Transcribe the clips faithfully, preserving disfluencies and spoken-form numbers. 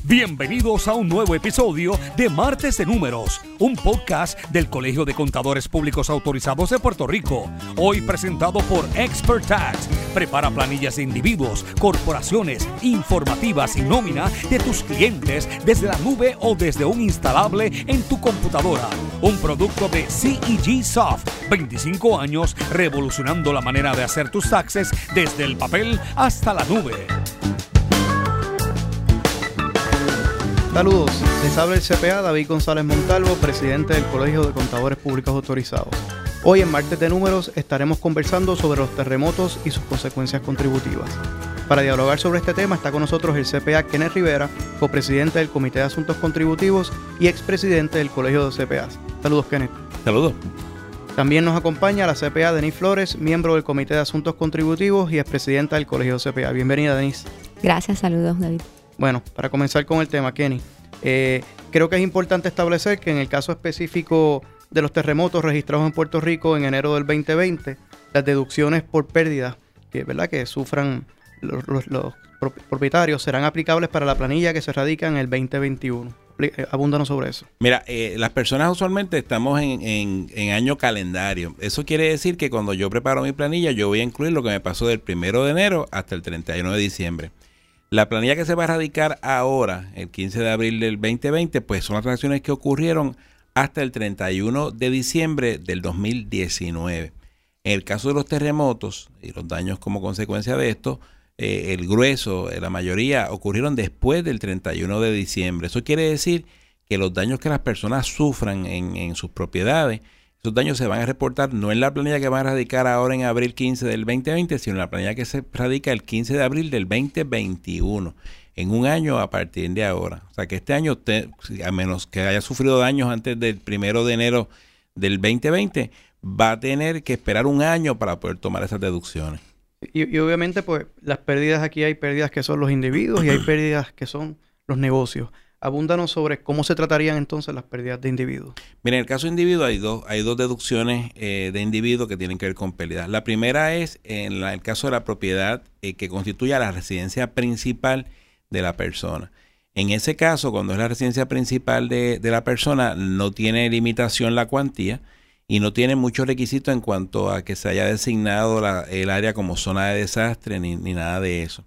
Bienvenidos a un nuevo episodio de Martes de Números, un podcast del Colegio de Contadores Públicos Autorizados de Puerto Rico. Hoy presentado por Expert Tax. Prepara planillas de individuos, corporaciones, informativas y nómina de tus clientes desde la nube o desde un instalable en tu computadora. Un producto de C E G Soft. veinticinco años revolucionando la manera de hacer tus taxes desde el papel hasta la nube. Saludos, les habla el C P A David González Montalvo, presidente del Colegio de Contadores Públicos Autorizados. Hoy en Martes de Números estaremos conversando sobre los terremotos y sus consecuencias contributivas. Para dialogar sobre este tema está con nosotros el C P A Kenneth Rivera, copresidente del Comité de Asuntos Contributivos y expresidente del Colegio de C P As. Saludos, Kenneth. Saludos. También nos acompaña la C P A Denise Flores, miembro del Comité de Asuntos Contributivos y expresidenta del Colegio de C P A. Bienvenida, Denise. Gracias, saludos, David. Bueno, para comenzar con el tema, Kenny, eh, creo que es importante establecer que en el caso específico de los terremotos registrados en Puerto Rico en enero del veinte veinte, las deducciones por pérdidas que, ¿verdad? que sufran los, los, los propietarios serán aplicables para la planilla que se radica en el veinte veintiuno. Abúndanos sobre eso. Mira, eh, las personas usualmente estamos en, en, en año calendario. Eso quiere decir que cuando yo preparo mi planilla, yo voy a incluir lo que me pasó del primero de enero hasta el treinta y uno de diciembre. La planilla que se va a radicar ahora, el quince de abril del veinte veinte, pues son las transacciones que ocurrieron hasta el treinta y uno de diciembre del dos mil diecinueve. En el caso de los terremotos y los daños como consecuencia de esto, eh, el grueso, eh, la mayoría, ocurrieron después del treinta y uno de diciembre. Eso quiere decir que los daños que las personas sufran en, en sus propiedades, esos daños se van a reportar no en la planilla que van a radicar ahora en abril quince del veinte veinte, sino en la planilla que se radica el quince de abril del veinte veintiuno, en un año a partir de ahora. O sea que este año, te, a menos que haya sufrido daños antes del primero de enero del veinte veinte, va a tener que esperar un año para poder tomar esas deducciones. Y, y obviamente, pues, las pérdidas aquí hay pérdidas que son los individuos y hay pérdidas que son los negocios. Abúndanos sobre cómo se tratarían entonces las pérdidas de individuos. Mira, en el caso de individuos hay dos, hay dos deducciones eh, de individuos que tienen que ver con pérdidas. La primera es en la, el caso de la propiedad eh, que constituye la residencia principal de la persona. En ese caso, cuando es la residencia principal de, de la persona, no tiene limitación la cuantía y no tiene muchos requisitos en cuanto a que se haya designado la, el área como zona de desastre ni, ni nada de eso.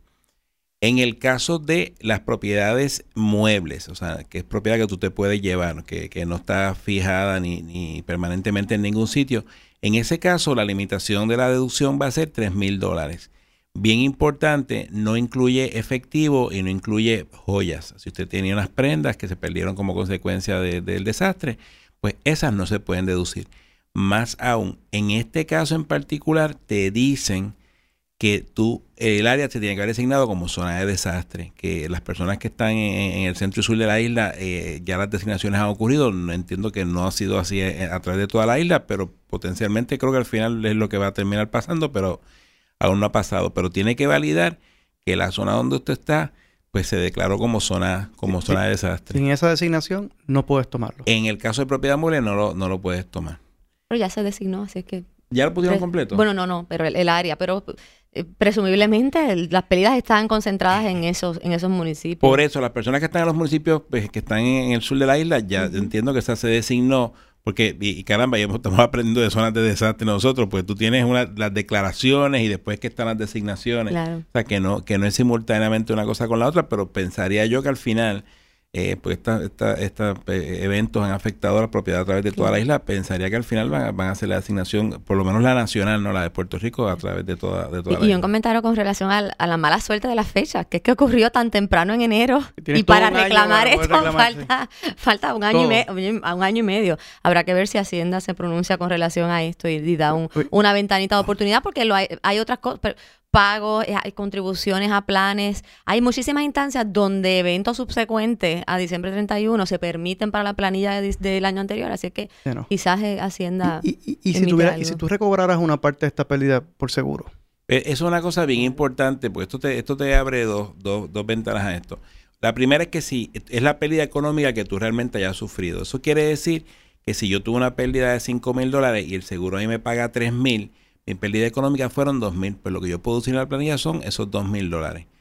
En el caso de las propiedades muebles, o sea, que es propiedad que tú te puedes llevar, que, que no está fijada ni, ni permanentemente en ningún sitio, en ese caso la limitación de la deducción va a ser tres mil dólares. Bien importante, no incluye efectivo y no incluye joyas. Si usted tenía unas prendas que se perdieron como consecuencia de, del desastre, pues esas no se pueden deducir. Más aún, en este caso en particular te dicen que tú, el área se tiene que haber designado como zona de desastre, que las personas que están en, en el centro y sur de la isla, eh, ya las designaciones han ocurrido. No entiendo que no ha sido así a, a través de toda la isla, pero potencialmente creo que al final es lo que va a terminar pasando, pero aún no ha pasado. Pero tiene que validar que la zona donde usted está, pues se declaró como zona, como sí, zona de desastre. Sin esa designación no puedes tomarlo. En el caso de propiedad mueble no lo, no lo puedes tomar. Pero ya se designó, así que... ¿Ya lo pusieron Pre- completo? Bueno, no, no, pero el, el área, pero eh, presumiblemente el, las pérdidas están concentradas en esos en esos municipios. Por eso, las personas que están en los municipios pues, que están en, en el sur de la isla, ya uh-huh. entiendo que esa se designó, porque, y, y caramba, ya estamos aprendiendo de zonas de desastre nosotros, pues tú tienes una, las declaraciones y después que están las designaciones. Claro. O sea, que no, que no es simultáneamente una cosa con la otra, pero pensaría yo que al final... Eh, pues estos esta, esta, eh, eventos han afectado a la propiedad a través de toda la isla. Pensaría que al final van a, van a hacer la asignación, por lo menos la nacional, no la de Puerto Rico, a través de toda, de toda y, la y isla. un comentario con relación al, a la mala suerte de las fechas, que es que ocurrió tan temprano en enero y para reclamar esto falta, falta un año, y me, un año y medio. Habrá que ver si Hacienda se pronuncia con relación a esto y, y da un, una ventanita de oportunidad, porque lo hay, hay otras cosas... Pero, pagos, hay contribuciones a planes. Hay muchísimas instancias donde eventos subsecuentes a diciembre treinta y uno se permiten para la planilla de, del año anterior. Así que no. quizás Hacienda... ¿Y, y, y, si tuviera, y si tú recobraras una parte de esta pérdida por seguro? Eh, eso es una cosa bien importante, porque esto te, esto te abre dos, dos, dos ventanas a esto. La primera es que si es la pérdida económica que tú realmente hayas sufrido. Eso quiere decir que si yo tuve una pérdida de cinco mil dólares y el seguro a mí me paga tres mil, mi pérdida económica fueron dos mil, pues lo que yo puedo decir en la planilla son esos dos mil dólares.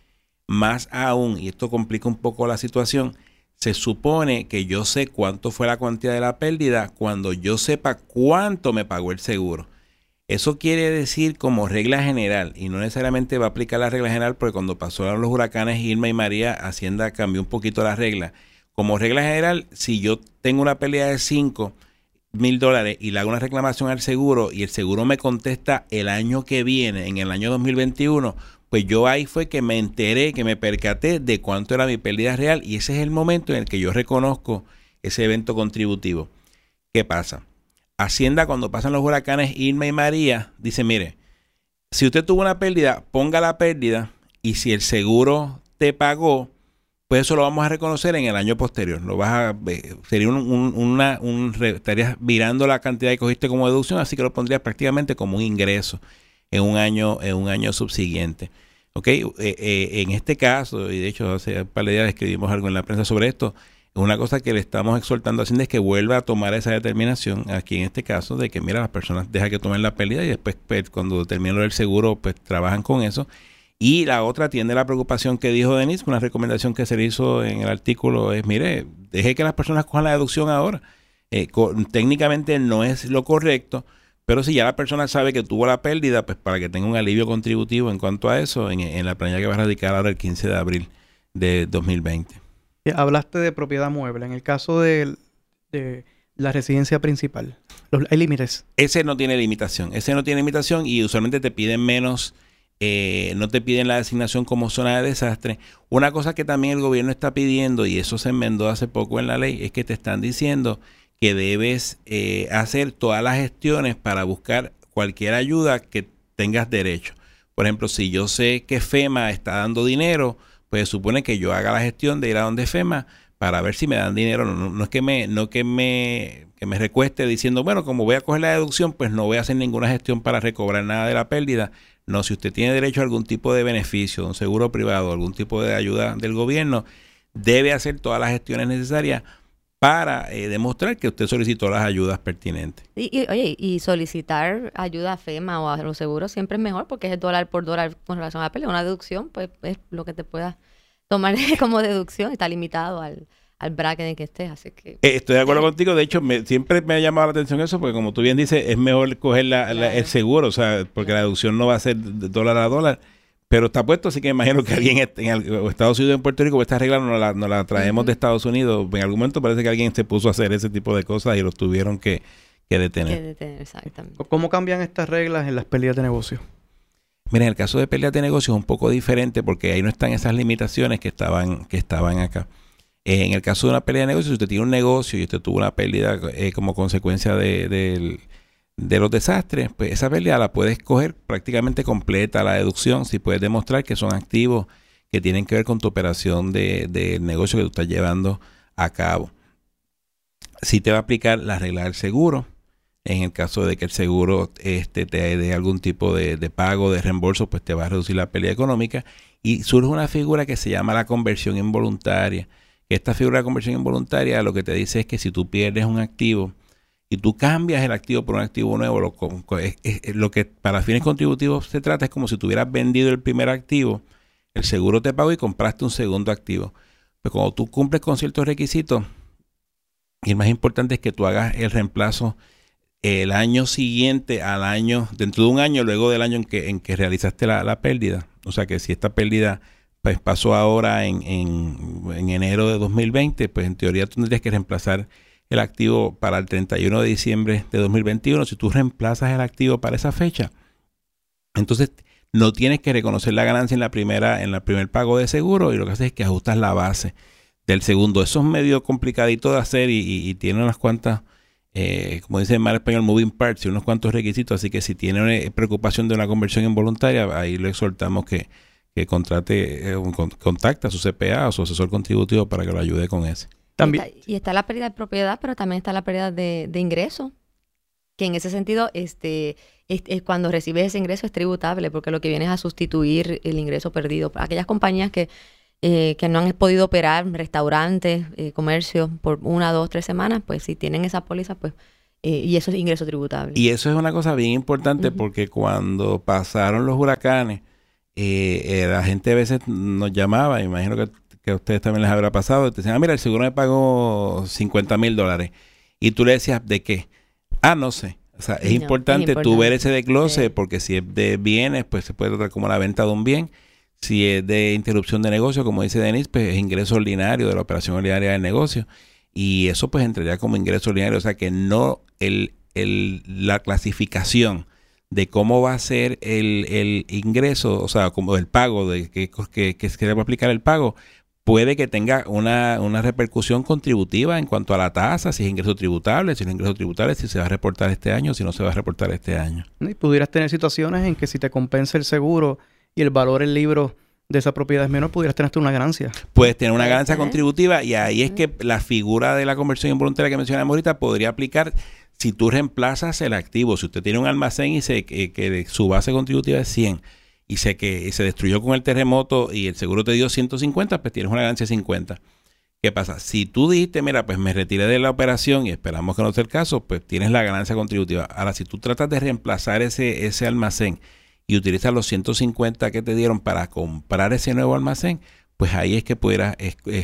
Más aún, y esto complica un poco la situación, se supone que yo sé cuánto fue la cuantía de la pérdida cuando yo sepa cuánto me pagó el seguro. Eso quiere decir como regla general, y no necesariamente va a aplicar la regla general porque cuando pasaron los huracanes Irma y María, Hacienda cambió un poquito la regla. Como regla general, si yo tengo una pérdida de cinco mil dólares y le hago una reclamación al seguro y el seguro me contesta el año que viene, en el año dos mil veintiuno, pues yo ahí fue que me enteré, que me percaté de cuánto era mi pérdida real, y ese es el momento en el que yo reconozco ese evento contributivo. ¿Qué pasa? Hacienda, cuando pasan los huracanes Irma y María, dice, mire, si usted tuvo una pérdida, ponga la pérdida, y si el seguro te pagó, pues eso lo vamos a reconocer en el año posterior. Lo vas a, sería un, un, una, un, estarías virando la cantidad que cogiste como deducción, así que lo pondrías prácticamente como un ingreso en un año, en un año subsiguiente. ¿Ok? Eh, eh, en este caso, y de hecho hace un par de días escribimos algo en la prensa sobre esto, una cosa que le estamos exhortando a Hacienda es que vuelva a tomar esa determinación, aquí en este caso, de que mira, las personas dejan que tomen la pérdida y después pues, cuando terminen el seguro, pues trabajan con eso. Y la otra atiende la preocupación que dijo Denise, una recomendación que se le hizo en el artículo es, mire, deje que las personas cojan la deducción ahora. Eh, con, técnicamente no es lo correcto, pero si ya la persona sabe que tuvo la pérdida, pues para que tenga un alivio contributivo en cuanto a eso, en, en la planilla que va a radicar ahora el quince de abril de dos mil veinte. Hablaste de propiedad mueble. En el caso de, de la residencia principal, los, ¿hay límites? Ese no tiene limitación. Ese no tiene limitación y usualmente te piden menos, eh, no te piden la designación como zona de desastre. Una cosa que también el gobierno está pidiendo, y eso se enmendó hace poco en la ley, es que te están diciendo que debes eh, hacer todas las gestiones para buscar cualquier ayuda que tengas derecho. Por ejemplo, si yo sé que FEMA está dando dinero, pues supone que yo haga la gestión de ir a donde FEMA para ver si me dan dinero. No, no, no es que me, no que me, que me recueste diciendo, bueno, como voy a coger la deducción, pues no voy a hacer ninguna gestión para recobrar nada de la pérdida. No, si usted tiene derecho a algún tipo de beneficio, un seguro privado, algún tipo de ayuda del gobierno, debe hacer todas las gestiones necesarias para eh, demostrar que usted solicitó las ayudas pertinentes. Y, y, oye, y solicitar ayuda a FEMA o a los seguros siempre es mejor porque es dólar por dólar con relación a la pérdida. Una deducción, pues es lo que te pueda tomar como deducción, está limitado al, al bracket en que estés, así que... Eh, estoy de acuerdo contigo, de hecho, me, siempre me ha llamado la atención eso, porque como tú bien dices, es mejor coger la, claro. la, el seguro, o sea, porque la deducción no va a ser de dólar a dólar. Pero está puesto, así que imagino que alguien en el, Estados Unidos, en Puerto Rico, esta regla no la, no la traemos uh-huh. de Estados Unidos. En algún momento parece que alguien se puso a hacer ese tipo de cosas y los tuvieron que, que detener. Que detener, exactamente. ¿Cómo cambian estas reglas en las pérdidas de negocio? Mira, en el caso de pérdidas de negocio es un poco diferente porque ahí no están esas limitaciones que estaban, que estaban acá. Eh, en el caso de una pérdida de negocio, si usted tiene un negocio y usted tuvo una pérdida eh, como consecuencia de... de de los desastres, pues esa pérdida la puedes coger prácticamente completa la deducción si puedes demostrar que son activos que tienen que ver con tu operación de, de negocio que tú estás llevando a cabo. Si te va a aplicar la regla del seguro, en el caso de que el seguro este, te dé algún tipo de, de pago, de reembolso, pues te va a reducir la pérdida económica. Y surge una figura que se llama la conversión involuntaria. Esta figura de conversión involuntaria lo que te dice es que si tú pierdes un activo, y tú cambias el activo por un activo nuevo, lo, es, es, lo que para fines contributivos se trata es como si tú hubieras vendido el primer activo, el seguro te pagó y compraste un segundo activo. Pero cuando tú cumples con ciertos requisitos, y el más importante es que tú hagas el reemplazo el año siguiente al año, dentro de un año, luego del año en que, en que realizaste la, la pérdida. O sea que si esta pérdida pues, pasó ahora en, en, en enero de dos mil veinte, pues en teoría tú tendrías que reemplazar el activo para el treinta y uno de diciembre de dos mil veintiuno. Si tú reemplazas el activo para esa fecha, entonces no tienes que reconocer la ganancia en la primera, en el primer pago de seguro, y lo que haces es que ajustas la base del segundo. Eso es medio complicadito de hacer y, y, y tiene unas cuantas, eh, como dice en mal español, moving parts y unos cuantos requisitos. Así que si tiene una preocupación de una conversión involuntaria, ahí le exhortamos que, que contrate, eh, un, contacte a su C P A o su asesor contributivo para que lo ayude con ese. También. Y, está, y está la pérdida de propiedad, pero también está la pérdida de, de ingreso, que en ese sentido, este, es, es cuando recibes ese ingreso es tributable, porque lo que viene es a sustituir el ingreso perdido. Aquellas compañías que, eh, que no han podido operar, restaurantes, eh, comercios, por una, dos, tres semanas, pues si tienen esa póliza, pues, eh, y eso es ingreso tributable. Y eso es una cosa bien importante, uh-huh. porque cuando pasaron los huracanes, eh, eh, la gente a veces nos llamaba, imagino que, que a ustedes también les habrá pasado, te decían, ah, mira, el seguro me pagó cincuenta mil dólares. Y tú le decías, ¿de qué? Ah, no sé. O sea, es, no, importante, es importante tú ver ese desglose, sí. Porque si es de bienes, pues se puede tratar como la venta de un bien. Si es de interrupción de negocio, como dice Denise, pues es ingreso ordinario de la operación ordinaria del negocio. Y eso pues entraría como ingreso ordinario. O sea que no el, el, la clasificación de cómo va a ser el, el ingreso, o sea, como el pago, de que, que, que se va a aplicar el pago, puede que tenga una, una repercusión contributiva en cuanto a la tasa, si es ingreso tributable, si no es ingreso tributable, si se va a reportar este año, si no se va a reportar este año. Y pudieras tener situaciones en que si te compensa el seguro y el valor del libro de esa propiedad es menor, pudieras tener una ganancia. Puedes tener una ganancia contributiva y ahí es que la figura de la conversión involuntaria que mencionamos ahorita podría aplicar si tú reemplazas el activo. Si usted tiene un almacén y se, que, que su base contributiva es cien y se, que, se destruyó con el terremoto y el seguro te dio ciento cincuenta, pues tienes una ganancia de cincuenta. ¿Qué pasa? Si tú dijiste, mira, pues me retiré de la operación y esperamos que no sea el caso, pues tienes la ganancia contributiva. Ahora, si tú tratas de reemplazar ese, ese almacén y utilizas los ciento cincuenta que te dieron para comprar ese nuevo almacén, pues ahí es que pudieras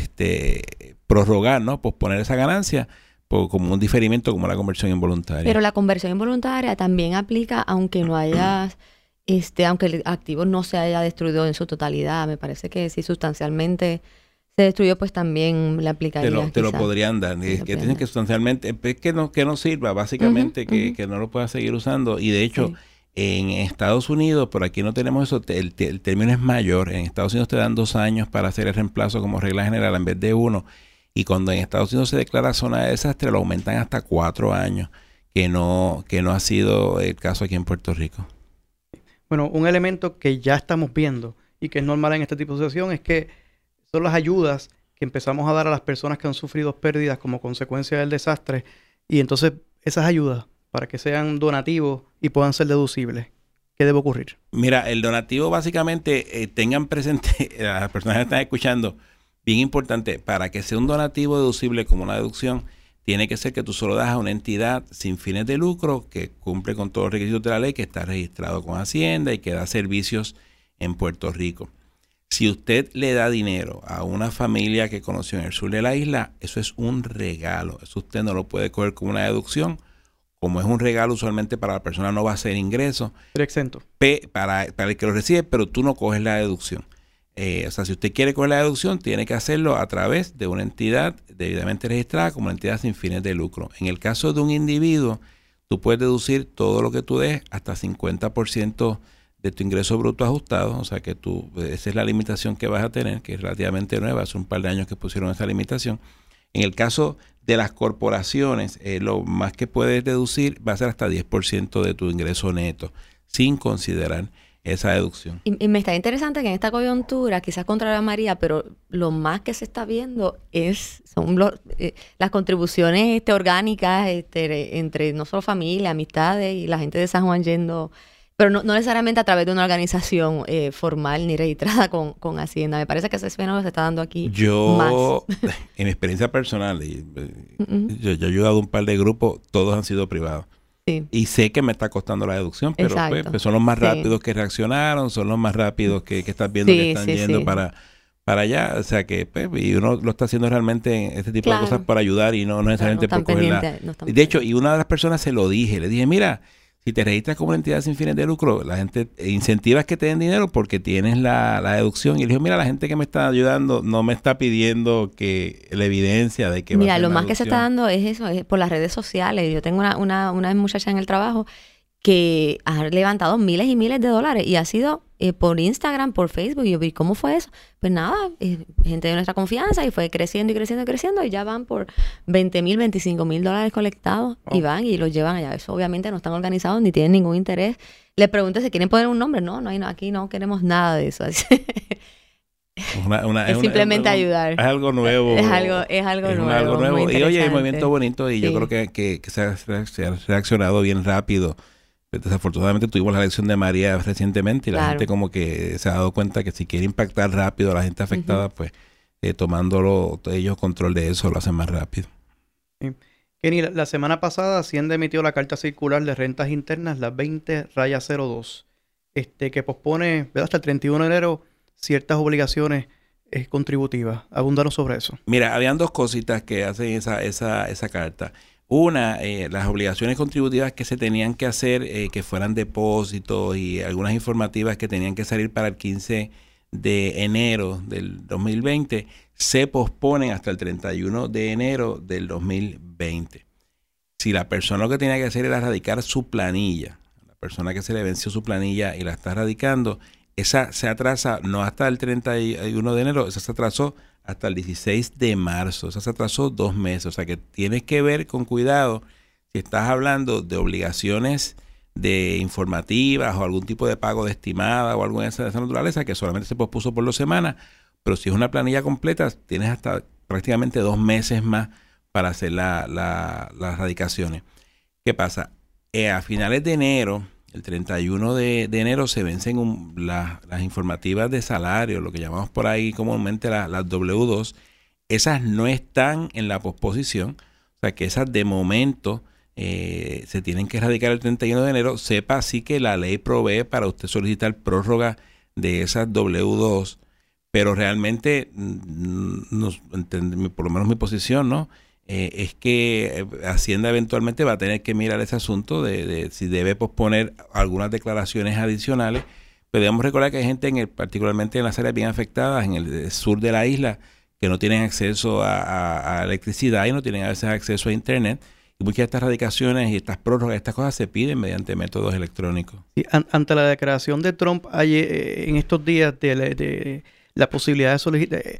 este, prorrogar, ¿no? Posponer esa ganancia por, como un diferimiento, como la conversión involuntaria. Pero la conversión involuntaria también aplica aunque no hayas, este, aunque el activo no se haya destruido en su totalidad. Me parece que si sustancialmente se destruyó, pues también le aplicaría. Te lo, te lo podrían dar. Es que tienen que sustancialmente, es que no, que no sirva, básicamente, uh-huh, que, uh-huh. que no lo puedas seguir usando. Y de hecho, sí. En Estados Unidos, por aquí no tenemos eso, el, el término es mayor. En Estados Unidos te dan dos años para hacer el reemplazo como regla general en vez de uno. Y cuando en Estados Unidos se declara zona de desastre, lo aumentan hasta cuatro años, que no, que no ha sido el caso aquí en Puerto Rico. Bueno, un elemento que ya estamos viendo y que es normal en este tipo de situación es que son las ayudas que empezamos a dar a las personas que han sufrido pérdidas como consecuencia del desastre. Y entonces esas ayudas, para que sean donativos y puedan ser deducibles, ¿qué debe ocurrir? Mira, el donativo básicamente, eh, tengan presente, las personas que están escuchando, bien importante, para que sea un donativo deducible como una deducción, tiene que ser que tú solo das a una entidad sin fines de lucro que cumple con todos los requisitos de la ley, que está registrado con Hacienda y que da servicios en Puerto Rico. Si usted le da dinero a una familia que conoció en el sur de la isla, eso es un regalo. Eso usted no lo puede coger como una deducción. Como es un regalo, usualmente para la persona no va a ser ingreso. Pero exento. P, para, para el que lo recibe, pero tú no coges la deducción. Eh, o sea, si usted quiere coger la deducción, tiene que hacerlo a través de una entidad debidamente registrada como una entidad sin fines de lucro. En el caso de un individuo, tú puedes deducir todo lo que tú des hasta cincuenta por ciento de tu ingreso bruto ajustado. O sea, que tú, esa es la limitación que vas a tener, que es relativamente nueva. Hace un par de años que pusieron esa limitación. En el caso de las corporaciones, eh, lo más que puedes deducir va a ser hasta diez por ciento de tu ingreso neto, sin considerar esa deducción. Y, y me está interesante que en esta coyuntura, quizás contrario a María, pero lo más que se está viendo es son los, eh, las contribuciones este, orgánicas este, entre no solo familia, amistades y la gente de San Juan yendo, pero no, no necesariamente a través de una organización eh, formal ni registrada con, con Hacienda. Me parece que ese fenómeno se está dando aquí yo, más. En mi experiencia personal, y, uh-uh. yo, yo he ayudado a un par de grupos, todos han sido privados. Sí. Y sé que me está costando la deducción, pero pues, pues son los más rápidos sí. que reaccionaron, son los más rápidos que, que estás viendo sí, que están sí, yendo sí. para para allá. O sea que pues, y uno lo está haciendo realmente en este tipo claro. de cosas para ayudar y no, no necesariamente claro, no por cogerla. No de hecho, y una de las personas se lo dije, le dije, mira, si te registras como una entidad sin fines de lucro, la gente incentiva que te den dinero porque tienes la, la deducción. Y le dijo, mira, la gente que me está ayudando no me está pidiendo que la evidencia de que mira, va a lo más deducción. Que se está dando es eso, es por las redes sociales. Yo tengo una, una, una muchacha en el trabajo que ha levantado miles y miles de dólares y ha sido eh, por Instagram, por Facebook. Y yo vi, ¿cómo fue eso? Pues nada, eh, gente de nuestra confianza y fue creciendo y creciendo y creciendo y ya van por veinte mil, veinticinco mil dólares colectados oh. y van y los llevan allá. Eso obviamente no están organizados ni tienen ningún interés. Les pregunto si quieren poner un nombre. No, no hay, no, aquí no queremos nada de eso. Una, una, es, es simplemente una, ayudar. Es algo nuevo. Es algo, es algo es nuevo. algo nuevo. Y oye, el movimiento bonito y sí. yo creo que, que, que se, ha, se ha reaccionado bien rápido. Desafortunadamente tuvimos la elección de María recientemente y la claro. gente como que se ha dado cuenta que si quiere impactar rápido a la gente afectada, uh-huh. pues eh, tomándolo ellos control de eso lo hacen más rápido. Sí. Kenny, la, la semana pasada Hacienda emitió la carta circular de rentas internas, la veinte raya cero dos. este, que pospone, ¿verdad?, hasta el treinta y uno de enero ciertas obligaciones eh, contributivas. Abúndanos sobre eso. Mira, habían dos cositas que hacen esa, esa, esa carta. Una, eh, las obligaciones contributivas que se tenían que hacer, eh, que fueran depósitos y algunas informativas que tenían que salir para el quince de enero del dos mil veinte, se posponen hasta el treinta y uno de enero del dos mil veinte. Si la persona lo que tenía que hacer era radicar su planilla, la persona que se le venció su planilla y la está radicando, esa se atrasa no hasta el treinta y uno de enero, esa se atrasó hasta el dieciséis de marzo, esa se atrasó dos meses. O sea que tienes que ver con cuidado si estás hablando de obligaciones de informativas o algún tipo de pago de estimada o algo de esa, de esa naturaleza que solamente se pospuso por dos semanas, pero si es una planilla completa, tienes hasta prácticamente dos meses más para hacer la, la, las radicaciones. ¿Qué pasa? Eh, a finales de enero, el treinta y uno de, de enero, se vencen un, la, las informativas de salario, lo que llamamos por ahí comúnmente la, las doble u dos. Esas no están en la posposición, o sea que esas de momento eh, se tienen que radicar el treinta y uno de enero. Sepa así que la ley provee para usted solicitar prórroga de esas doble u dos, pero realmente, no, por lo menos mi posición, ¿no? Eh, es que Hacienda eventualmente va a tener que mirar ese asunto de, de si debe posponer algunas declaraciones adicionales. Pero debemos recordar que hay gente, en el, particularmente en las áreas bien afectadas, en el sur de la isla, que no tienen acceso a, a, a electricidad y no tienen a veces acceso a internet. Y muchas de estas radicaciones y estas prórrogas, estas cosas se piden mediante métodos electrónicos. Sí, an, ante la declaración de Trump ayer, eh, en estos días de, de, de la posibilidad de solicitar... Eh,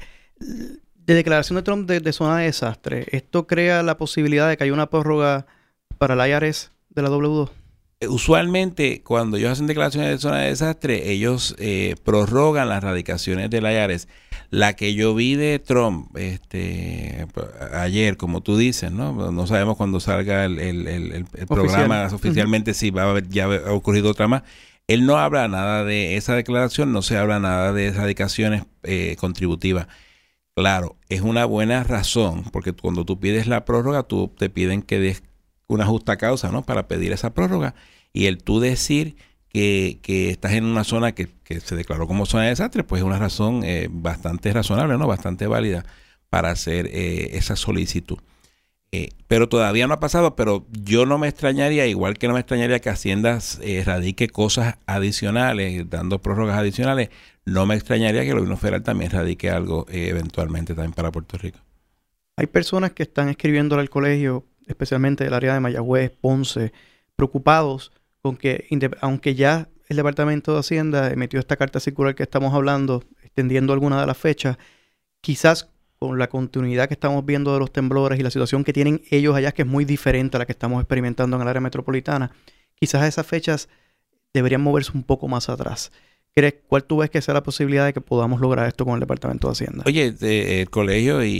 de declaración de Trump de, de zona de desastre, ¿esto crea la posibilidad de que haya una prórroga para el I R S de la doble u dos? Usualmente, cuando ellos hacen declaraciones de zona de desastre, ellos eh, prorrogan las radicaciones del I R S. La que yo vi de Trump este, ayer, como tú dices, ¿no? No sabemos cuándo salga el, el, el, el Oficial. programa oficialmente, uh-huh. si va a haber, ya ha ocurrido otra más. Él no habla nada de esa declaración, no se habla nada de radicaciones eh, contributivas. Claro, es una buena razón, porque cuando tú pides la prórroga, tú te piden que des una justa causa, ¿no?, para pedir esa prórroga. Y el tú decir que, que estás en una zona que, que se declaró como zona de desastre, pues es una razón eh, bastante razonable, ¿no?, bastante válida para hacer eh, esa solicitud. Eh, pero todavía no ha pasado, pero yo no me extrañaría, igual que no me extrañaría que Hacienda eh, radique cosas adicionales, dando prórrogas adicionales. No me extrañaría que el gobierno federal también radique algo eh, eventualmente también para Puerto Rico. Hay personas que están escribiéndole al colegio, especialmente del área de Mayagüez, Ponce, preocupados con que, aunque ya el Departamento de Hacienda emitió esta carta circular que estamos hablando, extendiendo algunas de las fechas, quizás con la continuidad que estamos viendo de los temblores y la situación que tienen ellos allá, que es muy diferente a la que estamos experimentando en el área metropolitana, quizás esas fechas deberían moverse un poco más atrás. ¿Cuál tú ves que sea la posibilidad de que podamos lograr esto con el Departamento de Hacienda? Oye, eh, el colegio y,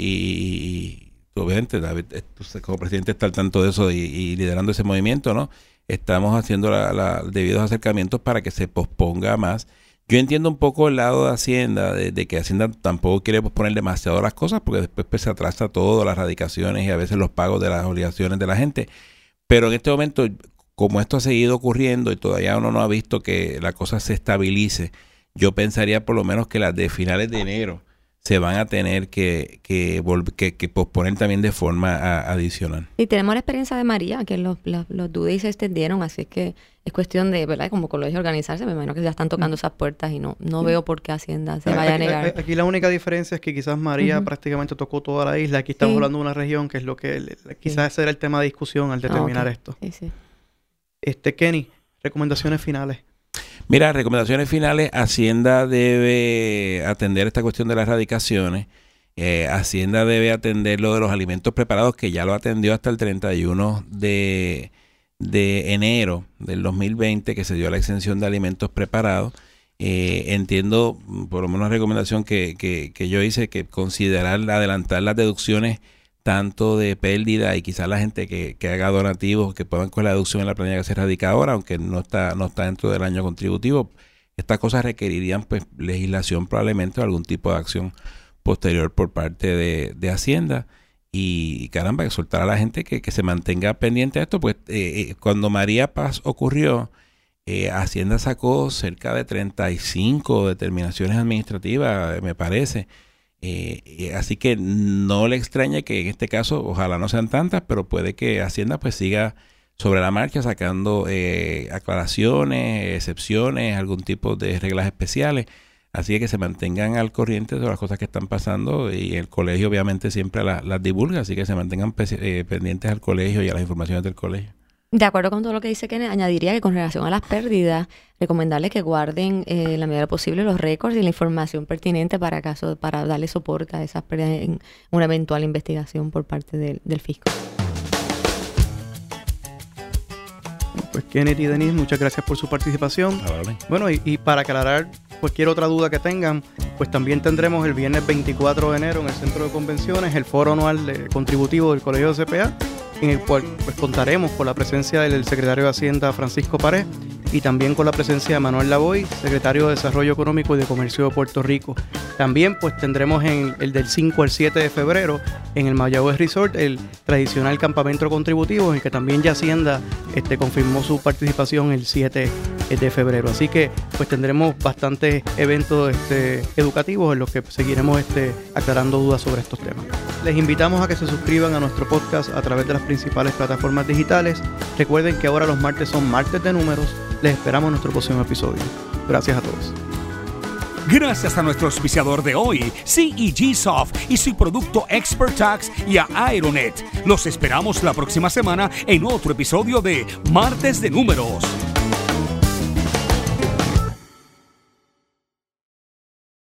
y, y obviamente David, tú, como presidente, está al tanto de eso y, y liderando ese movimiento, ¿no? Estamos haciendo la, la, debidos acercamientos para que se posponga más. Yo entiendo un poco el lado de Hacienda, de, de que Hacienda tampoco quiere posponer demasiado las cosas, porque después pues, se atrasa todo, las radicaciones y a veces los pagos de las obligaciones de la gente. Pero en este momento, como esto ha seguido ocurriendo y todavía uno no ha visto que la cosa se estabilice, yo pensaría por lo menos que las de finales de enero se van a tener que, que, que, que posponer también de forma a, adicional. Y tenemos la experiencia de María, que los, los, los dudes se extendieron, así es que es cuestión de, ¿verdad?, como colegio organizarse. Me imagino que ya están tocando esas puertas y no, no veo por qué Hacienda se vaya aquí, a negar. Aquí la única diferencia es que quizás María uh-huh. prácticamente tocó toda la isla. Aquí estamos sí. hablando de una región que es lo que quizás sí. será el tema de discusión al determinar ah, okay. esto. Sí, sí. Este, Kenny, recomendaciones finales. Mira, recomendaciones finales. Hacienda debe atender esta cuestión de las radicaciones. Eh, Hacienda debe atender lo de los alimentos preparados, que ya lo atendió hasta el treinta y uno de enero del dos mil veinte, que se dio la exención de alimentos preparados. Eh, entiendo, por lo menos una recomendación que, que, que yo hice, que considerar adelantar las deducciones tanto de pérdida y quizás la gente que, que haga donativos que puedan con la deducción en la planilla que se radica ahora, aunque no está no está dentro del año contributivo. Estas cosas requerirían pues legislación probablemente o algún tipo de acción posterior por parte de, de Hacienda. Y caramba, exhortar a la gente que, que se mantenga pendiente de esto, pues eh, cuando María Paz ocurrió, eh, Hacienda sacó cerca de treinta y cinco determinaciones administrativas, me parece. Eh, así que no le extraña que en este caso, ojalá no sean tantas, pero puede que Hacienda pues siga sobre la marcha sacando eh, aclaraciones, excepciones, algún tipo de reglas especiales. Así que se mantengan al corriente de las cosas que están pasando, y el colegio obviamente siempre las, las divulga, así que se mantengan pe- eh, pendientes al colegio y a las informaciones del colegio. De acuerdo con todo lo que dice Kenneth, añadiría que con relación a las pérdidas, recomendarles que guarden eh, en la medida posible los récords y la información pertinente para caso, para darle soporte a esas pérdidas en una eventual investigación por parte del, del fisco. Pues Kenneth y Denise, muchas gracias por su participación. Ah, vale. Bueno, y, y para aclarar cualquier otra duda que tengan, pues también tendremos el viernes veinticuatro de enero en el Centro de Convenciones el foro anual de, contributivo del Colegio de C P A, en el cual pues contaremos con la presencia del secretario de Hacienda Francisco Pared y también con la presencia de Manuel Lavoy, secretario de Desarrollo Económico y de Comercio de Puerto Rico. También pues tendremos en el del cinco al siete de febrero en el Mayagüez Resort el tradicional campamento contributivo, en el que también ya Hacienda este, confirmó su participación el siete de febrero. Así que pues tendremos bastantes eventos este, educativos en los que seguiremos este, aclarando dudas sobre estos temas. Les invitamos a que se suscriban a nuestro podcast a través de las principales plataformas digitales. Recuerden que ahora los martes son martes de números. Les esperamos en nuestro próximo episodio. Gracias a todos. Gracias a nuestro auspiciador de hoy, C E G Soft y su producto Expert Tax, y a Aeronet. Los esperamos la próxima semana en otro episodio de Martes de Números.